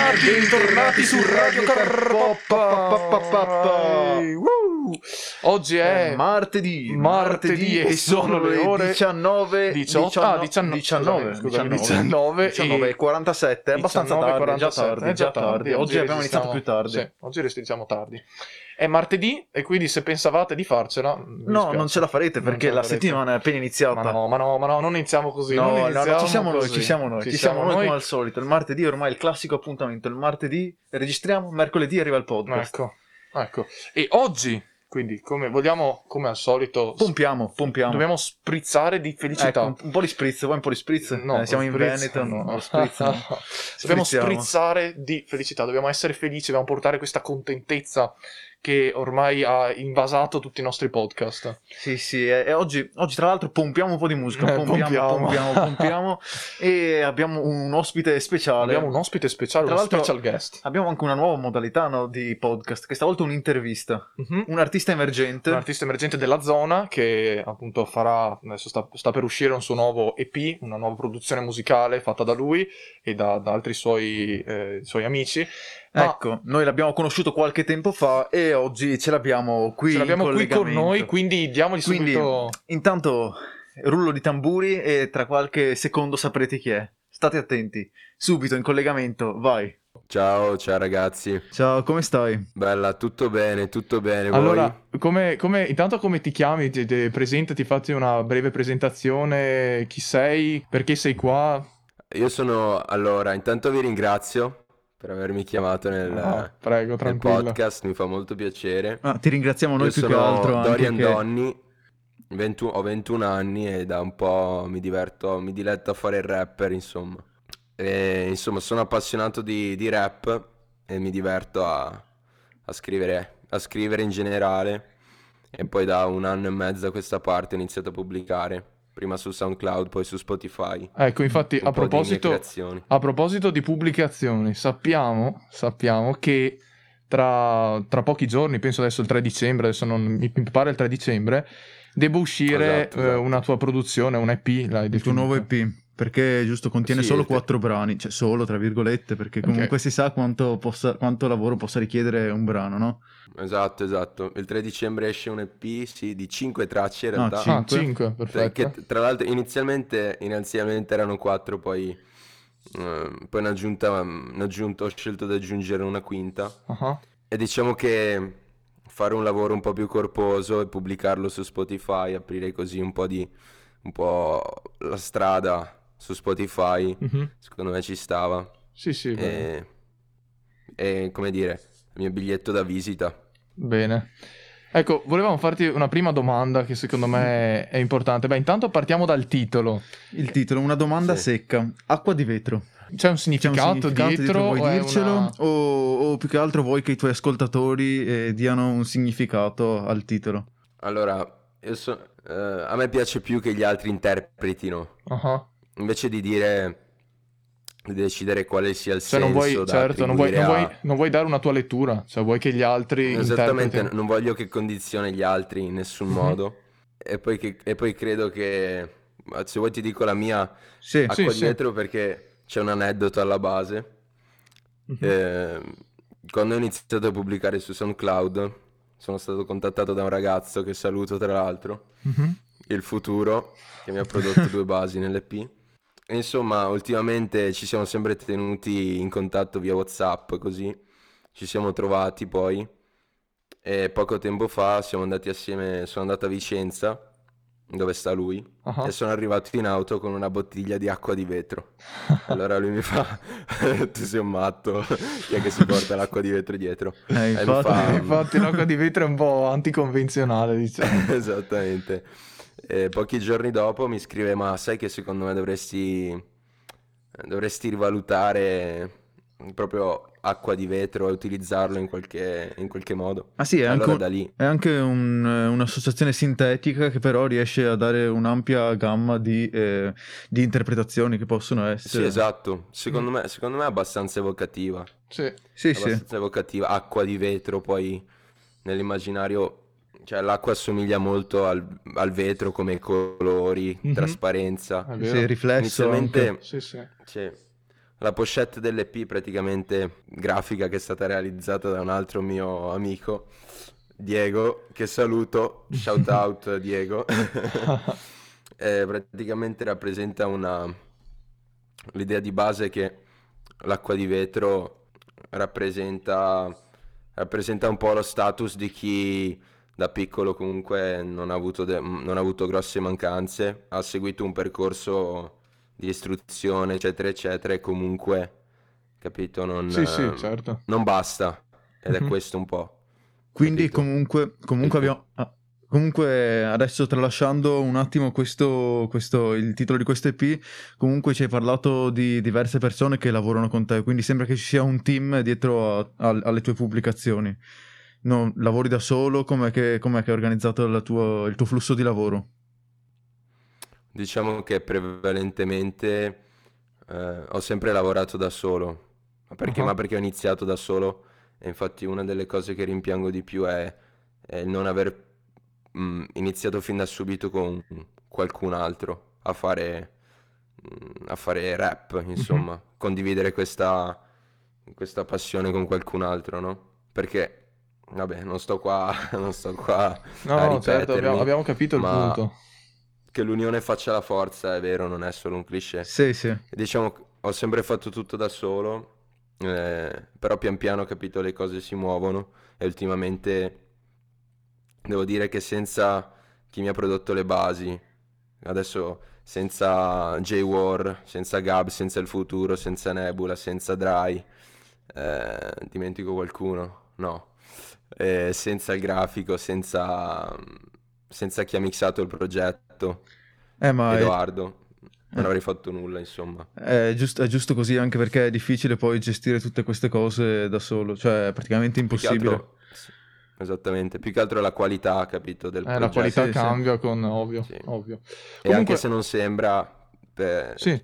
bentornati su Radio Carpoppa. Oggi è martedì e sono le ore 19 e 47, è abbastanza tardi, già tardi. Oggi abbiamo iniziato più tardi. Sì, oggi registriamo tardi. È martedì e quindi se pensavate di farcela, no, non ce la farete perché la settimana è appena iniziata. Ma no, non iniziamo così. No, ci siamo noi come al solito. Il martedì ormai è il classico appuntamento. Il martedì registriamo, mercoledì arriva il podcast. Ecco. E oggi, quindi, come al solito, pompiamo. Dobbiamo sprizzare di felicità. Ecco, un po' di spritz, vuoi un po' di spritz? No, siamo in Veneto, no. Spritz, no. Dobbiamo sprizzare di felicità, dobbiamo essere felici, dobbiamo portare questa contentezza che ormai ha invasato tutti i nostri podcast. Sì, e oggi tra l'altro pompiamo un po' di musica, pompiamo e abbiamo un ospite speciale. Uno special guest. Abbiamo anche una nuova modalità, no, di podcast, che stavolta è un'intervista. Un artista emergente della zona che appunto adesso sta per uscire un suo nuovo EP, una nuova produzione musicale fatta da lui e da altri suoi amici. Ecco, noi l'abbiamo conosciuto qualche tempo fa e oggi ce l'abbiamo qui con noi, quindi diamogli subito... Intanto rullo di tamburi e tra qualche secondo saprete chi è. State attenti, subito in collegamento, vai. Ciao ragazzi. Ciao, come stai? Bella, tutto bene. Allora, intanto come ti chiami? Presentati, fatti una breve presentazione, chi sei, perché sei qua? Intanto vi ringrazio per avermi chiamato nel podcast, mi fa molto piacere. Ti ringraziamo noi più che altro. Io sono Dorian Donny, ho 21 anni e da un po' mi diletto a fare il rapper, insomma. E, insomma, sono appassionato di rap e mi diverto a scrivere in generale. E poi da 1 anno e mezzo a questa parte ho iniziato a pubblicare. Prima su SoundCloud, poi su Spotify. Ecco, infatti, a proposito di pubblicazioni, sappiamo che tra pochi giorni, penso adesso il 3 dicembre, adesso non mi pare il 3 dicembre, debba uscire esatto. Una tua produzione, un EP. Il tuo nuovo EP, perché giusto contiene solo 4 brani, cioè solo tra virgolette, perché comunque si sa quanto lavoro possa richiedere un brano, no? Esatto. Il 3 dicembre esce un EP, di 5 tracce in realtà. 5, perfetto. Che tra l'altro inizialmente erano 4, poi ne ho scelto di aggiungere una quinta. E diciamo che fare un lavoro un po' più corposo e pubblicarlo su Spotify, aprire così un po' la strada su Spotify, secondo me ci stava. Sì. E come dire, il mio biglietto da visita. Bene. Ecco, volevamo farti una prima domanda che secondo me è importante. Beh, intanto partiamo dal titolo. Il titolo, una domanda secca. Acqua di vetro. C'è un significato dietro? Vuoi dircelo? O più che altro vuoi che i tuoi ascoltatori diano un significato al titolo? Allora, a me piace più che gli altri interpretino. Invece di decidere quale sia il senso non vuoi dare una tua lettura, cioè vuoi che gli altri esattamente, non voglio che condizioni gli altri in nessun modo. E poi credo che, se vuoi ti dico la mia acqua di vetro, perché c'è un aneddoto alla base. Quando ho iniziato a pubblicare su SoundCloud sono stato contattato da un ragazzo che saluto tra l'altro, il futuro, che mi ha prodotto 2 basi nell'EP. Insomma, ultimamente ci siamo sempre tenuti in contatto via WhatsApp, così ci siamo trovati poi e poco tempo fa sono andato a Vicenza, dove sta lui, e sono arrivato in auto con una bottiglia di acqua di vetro. Allora lui mi fa: tu sei un matto, chi è che si porta l'acqua di vetro dietro? Infatti l'acqua di vetro è un po' anticonvenzionale, diciamo. Esattamente. E pochi giorni dopo mi scrive: ma sai che secondo me dovresti rivalutare proprio acqua di vetro e utilizzarlo in qualche modo. Sì, è allora anche, da lì è anche un'associazione sintetica che però riesce a dare un'ampia gamma di interpretazioni che possono essere. Sì, esatto. Secondo me è abbastanza evocativa. Sì. Evocativa. Acqua di vetro, poi nell'immaginario, cioè l'acqua assomiglia molto al vetro come colori, trasparenza. Sì, riflesso. Inizialmente Sì. la pochette dell'EP praticamente grafica che è stata realizzata da un altro mio amico, Diego, che saluto, shout out Diego. Praticamente rappresenta l'idea di base che l'acqua di vetro rappresenta un po' lo status di chi da piccolo comunque non ha avuto grosse mancanze, ha seguito un percorso di istruzione, eccetera, eccetera, e comunque, capito, Sì, sì, certo. non basta, ed è questo un po'. Quindi capito? comunque abbiamo... Comunque adesso tralasciando un attimo il titolo di questo EP, comunque ci hai parlato di diverse persone che lavorano con te, quindi sembra che ci sia un team dietro alle tue pubblicazioni. No, lavori da solo? Com'è che è organizzato il tuo flusso di lavoro? Diciamo che prevalentemente ho sempre lavorato da solo, ma perché ho iniziato da solo, e infatti una delle cose che rimpiango di più è il non aver iniziato fin da subito con qualcun altro a fare rap, insomma, condividere questa passione con qualcun altro, no? Perché, vabbè, non sto qua No, a no, certo, ripetermi, abbiamo capito il ma punto. che l'unione faccia la forza, è vero, non è solo un cliché. Sì, sì. E diciamo, ho sempre fatto tutto da solo, però pian piano ho capito le cose si muovono, e ultimamente devo dire che senza chi mi ha prodotto le basi, adesso senza J-War, senza Gab, senza Il Futuro, senza Nebula, senza Dry, dimentico qualcuno? No. Senza il grafico, senza chi ha mixato il progetto, Ma Edoardo, non avrei fatto nulla, insomma. è giusto così, anche perché è difficile poi gestire tutte queste cose da solo, cioè è praticamente Più che impossibile. altro, sì, esattamente, più che altro la qualità, capito, del La qualità progetto. Sì, sì. cambia con ovvio, Sì. ovvio. E anche Comunque, se non sembra, sì,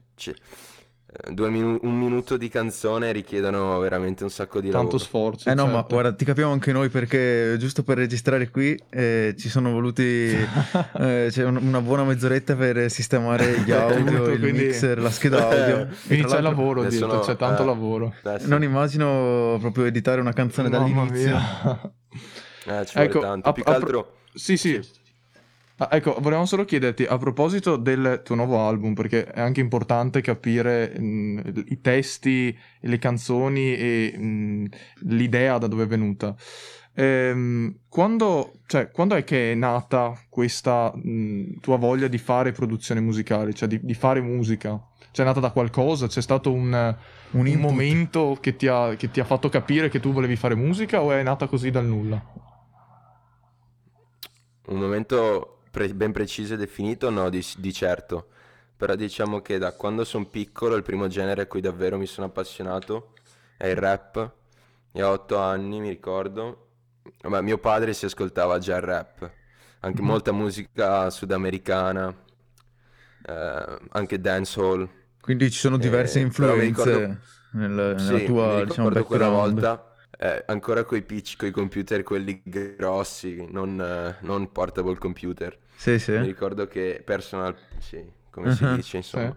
un minuto di canzone richiedono veramente un sacco di tanto lavoro. sforzo, No, ma certo. guarda, ti capiamo anche noi, perché giusto per registrare qui ci sono voluti c'è una buona mezz'oretta per sistemare gli audio, Tutto, il quindi- mixer, la scheda audio. E Quindi tra c'è l'altro lavoro Ne dietro, sono- c'è tanto lavoro. Sì. non immagino proprio editare una canzone Mamma dall'inizio. mia. Ci vuole Ecco, tanto. Più che altro... sì, sì. Sì. Ecco, volevamo solo chiederti, a proposito del tuo nuovo album, perché è anche importante capire i testi, le canzoni e l'idea da dove è venuta. Quando è che è nata questa tua voglia di fare produzioni musicali, cioè di fare musica? C'è nata da qualcosa? C'è stato un input. momento che ti ha fatto capire che tu volevi fare musica, o è nata così dal nulla? Un momento ben preciso e definito, no, di certo. Però diciamo che da quando sono piccolo il primo genere a cui davvero mi sono appassionato è il rap. E a 8 anni mi ricordo, ma mio padre si ascoltava già il rap, anche molta musica sudamericana, anche dancehall. Quindi ci sono diverse Però mi influenze ricordo, nella sì, tua, mi diciamo, ricordo quella background. volta, ancora coi PC, coi computer, quelli grossi, non portable computer. Sì, sì. Mi ricordo che personal, sì, come si dice, insomma.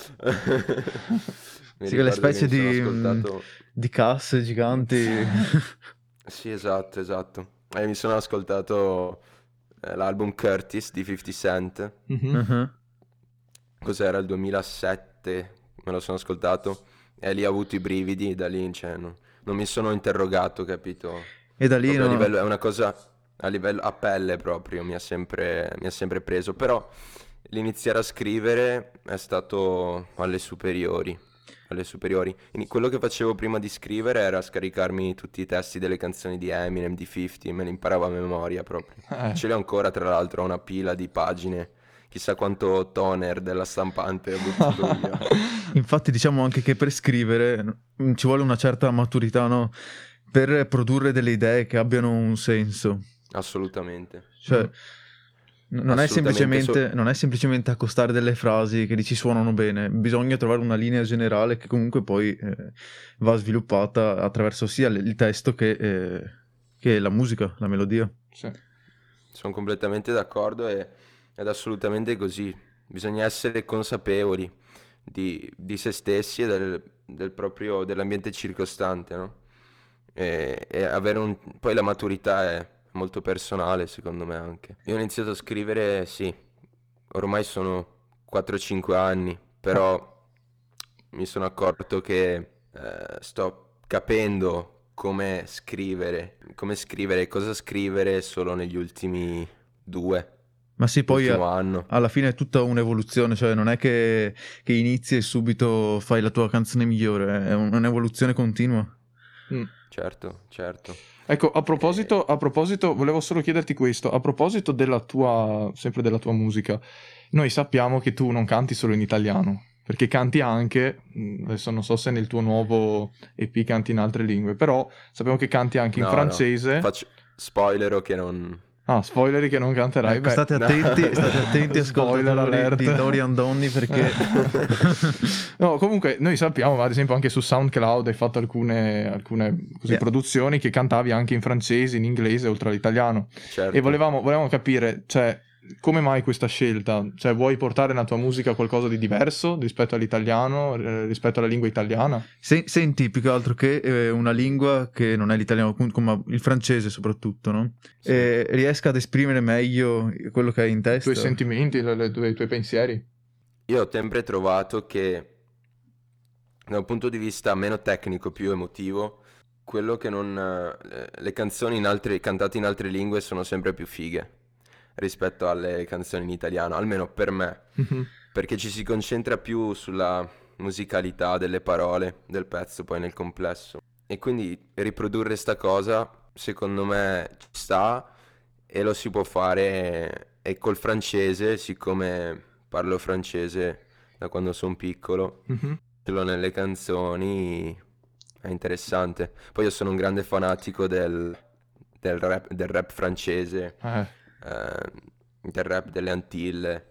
Mi Sì, quelle ricordo che specie mi sono ascoltato... di casse giganti. Sì, esatto. E mi sono ascoltato l'album Curtis di 50 Cent. Mhm. Cos'era, il 2007? Me lo sono ascoltato. E lì ho avuto i brividi, da lì, cioè, non mi sono interrogato, capito? E da lì Proprio a no. livello, è una cosa a livello a pelle proprio, mi ha sempre preso. Però l'iniziare a scrivere è stato alle superiori. Quello che facevo prima di scrivere era scaricarmi tutti i testi delle canzoni di Eminem, di 50, me li imparavo a memoria proprio. Ce li ho ancora, tra l'altro, ho una pila di pagine, chissà quanto toner della stampante ho buttato via. Infatti diciamo anche che per scrivere ci vuole una certa maturità, no? Per produrre delle idee che abbiano un senso. Assolutamente. Cioè, non è Assolutamente non è semplicemente accostare delle frasi che dici suonano bene, bisogna trovare una linea generale che comunque poi va sviluppata attraverso sia il testo che la musica, la melodia. Sì. Sono completamente d'accordo, ed assolutamente così. Bisogna essere consapevoli di se stessi dell'ambiente circostante, no? E avere poi la maturità è molto personale, secondo me anche. Io ho iniziato a scrivere, sì, ormai sono 4-5 anni, però mi sono accorto che sto capendo come scrivere e cosa scrivere solo negli ultimi 2, Ma sì, poi ultimo anno. alla fine è tutta un'evoluzione, cioè non è che inizi e subito fai la tua canzone migliore, è un'evoluzione continua. Certo. Ecco, a proposito, volevo solo chiederti questo, a proposito sempre della tua musica, noi sappiamo che tu non canti solo in italiano, perché canti anche, adesso non so se nel tuo nuovo EP canti in altre lingue, però sappiamo che canti anche in francese. Faccio spoilero che non... Ah, spoileri che non canterai. Ecco, state attenti ascoltatori di Dorian Donny, perché... No, comunque noi sappiamo, ad esempio anche su SoundCloud hai fatto alcune produzioni che cantavi anche in francese, in inglese, oltre all'italiano. Certo. E volevamo capire, cioè, come mai questa scelta? Cioè, vuoi portare nella tua musica qualcosa di diverso rispetto all'italiano, rispetto alla lingua italiana? Senti, più che altro che una lingua che non è l'italiano, ma il francese soprattutto, no? Sì. Riesca ad esprimere meglio quello che hai in testa. I tuoi sentimenti, i tuoi pensieri? Io ho sempre trovato che, da un punto di vista meno tecnico, più emotivo, quello che non... le canzoni cantate in altre lingue sono sempre più fighe rispetto alle canzoni in italiano, almeno per me, perché ci si concentra più sulla musicalità delle parole del pezzo poi nel complesso, e quindi riprodurre sta cosa secondo me ci sta e lo si può fare. E col francese, siccome parlo francese da quando sono piccolo, ce l'ho nelle canzoni, è interessante. Poi io sono un grande fanatico del rap francese, del rap delle Antille.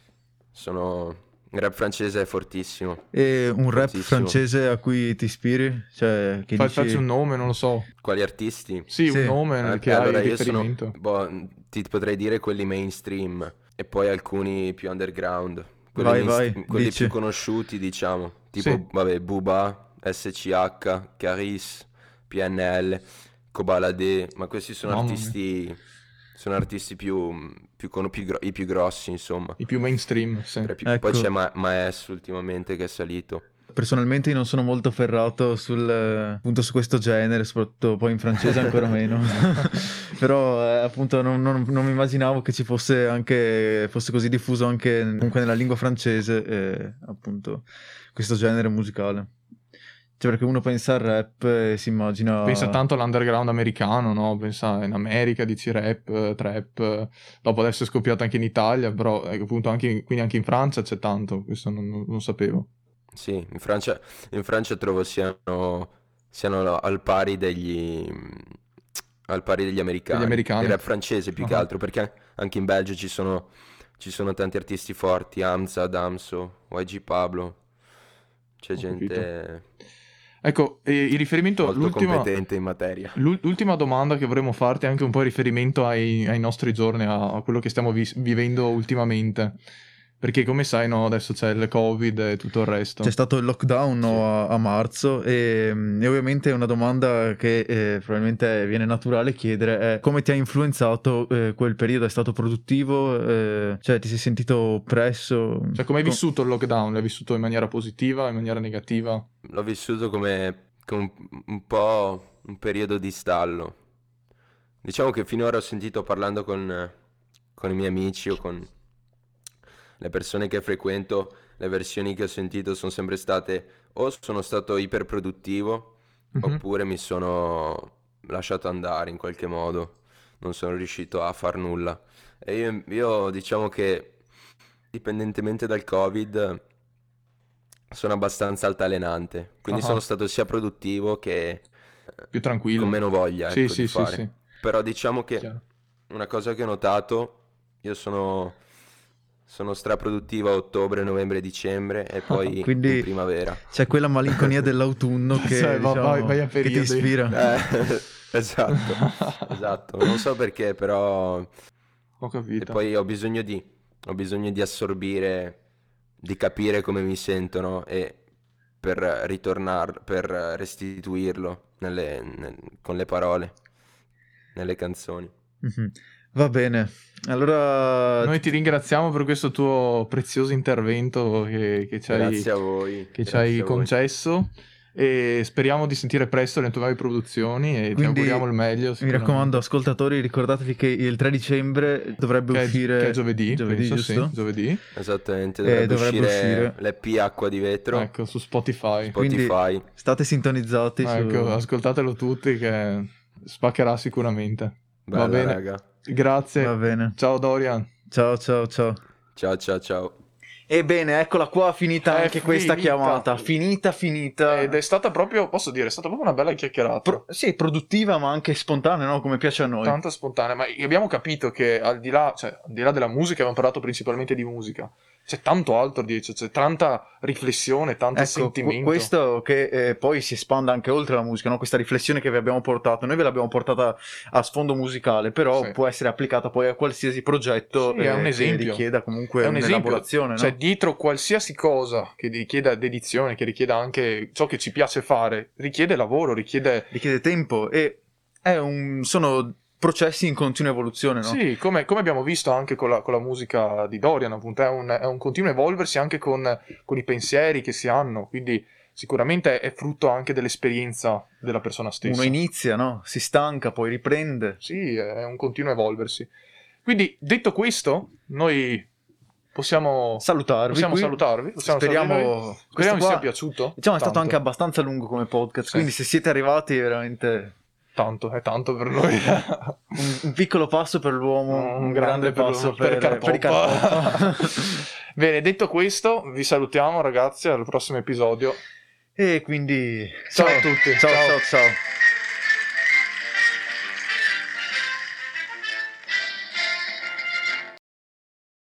Il rap francese è fortissimo. E un rap francese a cui ti ispiri? Cioè, che dici... Facci un nome, non lo so. Quali artisti? Sì, un nome che allora hai riferimento. Ti potrei dire quelli mainstream e poi alcuni più underground. Quelli Quelli più conosciuti, diciamo. Tipo, Sì. vabbè, Booba, SCH, Caris, PNL, Kobalade. Ma questi sono artisti... Sono artisti i più grossi, insomma. I più mainstream, sì. Ecco. Poi c'è Maes ultimamente che è salito. Personalmente io non sono molto ferrato appunto su questo genere, soprattutto poi in francese ancora meno. Però appunto non mi immaginavo che fosse così diffuso anche comunque nella lingua francese, appunto, questo genere musicale. Cioè, perché uno pensa al rap e si immagina... Pensa tanto all'underground americano, no? Pensa in America, dici rap, trap. Dopo adesso è scoppiato anche in Italia, però appunto quindi anche in Francia c'è tanto, questo non sapevo. Sì, in Francia trovo siano al pari degli americani. Il rap francese più che altro, perché anche in Belgio ci sono tanti artisti forti, Hamza, Damso, YG Pablo, c'è gente... Ecco, il riferimento... molto competente in materia. L'ultima domanda che vorremmo farti è anche un po' in riferimento ai nostri giorni, a quello che stiamo vivendo ultimamente. Perché come sai, no, adesso c'è il Covid e tutto il resto. C'è stato il lockdown a marzo e ovviamente una domanda che probabilmente viene naturale chiedere è come ti ha influenzato quel periodo? È stato produttivo? Cioè ti sei sentito oppresso? Cioè come hai vissuto il lockdown? L'hai vissuto in maniera positiva, in maniera negativa? L'ho vissuto come un po' un periodo di stallo. Diciamo che finora ho sentito, parlando con i miei amici o con le persone che frequento, le versioni che ho sentito sono sempre state o sono stato iperproduttivo oppure mi sono lasciato andare in qualche modo, non sono riuscito a far nulla. E io diciamo che indipendentemente dal Covid sono abbastanza altalenante, quindi sono stato sia produttivo che più tranquillo, con meno voglia, ecco, di fare. Sì. Però diciamo che una cosa che ho notato, io sono straproduttivo a ottobre, novembre, dicembre e poi quindi in primavera. C'è quella malinconia dell'autunno che, vai a che ti ispira. Esatto, non so perché, però ho capito. E poi ho bisogno di assorbire, di capire come mi sentono e per per restituirlo con le parole, nelle canzoni. Va bene, allora noi ti ringraziamo per questo tuo prezioso intervento che ci hai, grazie a voi, che ci hai concesso, e speriamo di sentire presto le tue nuove produzioni e ti auguriamo il meglio. Mi raccomando, ascoltatori, ricordatevi che il 3 dicembre dovrebbe uscire, che è giovedì, penso, giusto? Sì, giovedì. Esattamente, dovrebbe uscire l'EP Acqua di Vetro, ecco, su Spotify. Quindi state sintonizzati, ecco, ascoltatelo tutti che spaccherà sicuramente. Bella, va bene, raga. Grazie. Va bene. Ciao Dorian. Ciao. Ciao. Ebbene, eccola qua, finita anche questa chiamata. Finita. Ed è stata proprio, posso dire, è stata proprio una bella chiacchierata. Sì, produttiva, ma anche spontanea, no? Come piace a noi. Tanto spontanea, ma abbiamo capito che al di là della musica, abbiamo parlato principalmente di musica. C'è tanto altro dietro, c'è tanta riflessione, tanto sentimento. Questo che poi si espande anche oltre la musica, no? Questa riflessione che vi abbiamo portato, noi ve l'abbiamo portata a sfondo musicale, però può essere applicata poi a qualsiasi progetto è un esempio. che richieda comunque un'elaborazione. Cioè, dietro qualsiasi cosa che richieda dedizione, che richieda anche ciò che ci piace fare, richiede lavoro, richiede tempo, e sono processi in continua evoluzione, no? Sì, come abbiamo visto anche con la musica di Dorian, appunto, è un continuo evolversi anche con i pensieri che si hanno, quindi sicuramente è frutto anche dell'esperienza della persona stessa. Uno inizia, no? Si stanca, poi riprende. Sì, è un continuo evolversi. Quindi, detto questo, noi possiamo salutarvi. Speriamo vi sia piaciuto. Diciamo, è stato anche abbastanza lungo come podcast, quindi se siete arrivati veramente... È tanto per noi. un piccolo passo per l'uomo, un grande passo per i Carpoppa. Bene, detto questo, vi salutiamo ragazzi, al prossimo episodio. E quindi ciao a tutti. Ciao.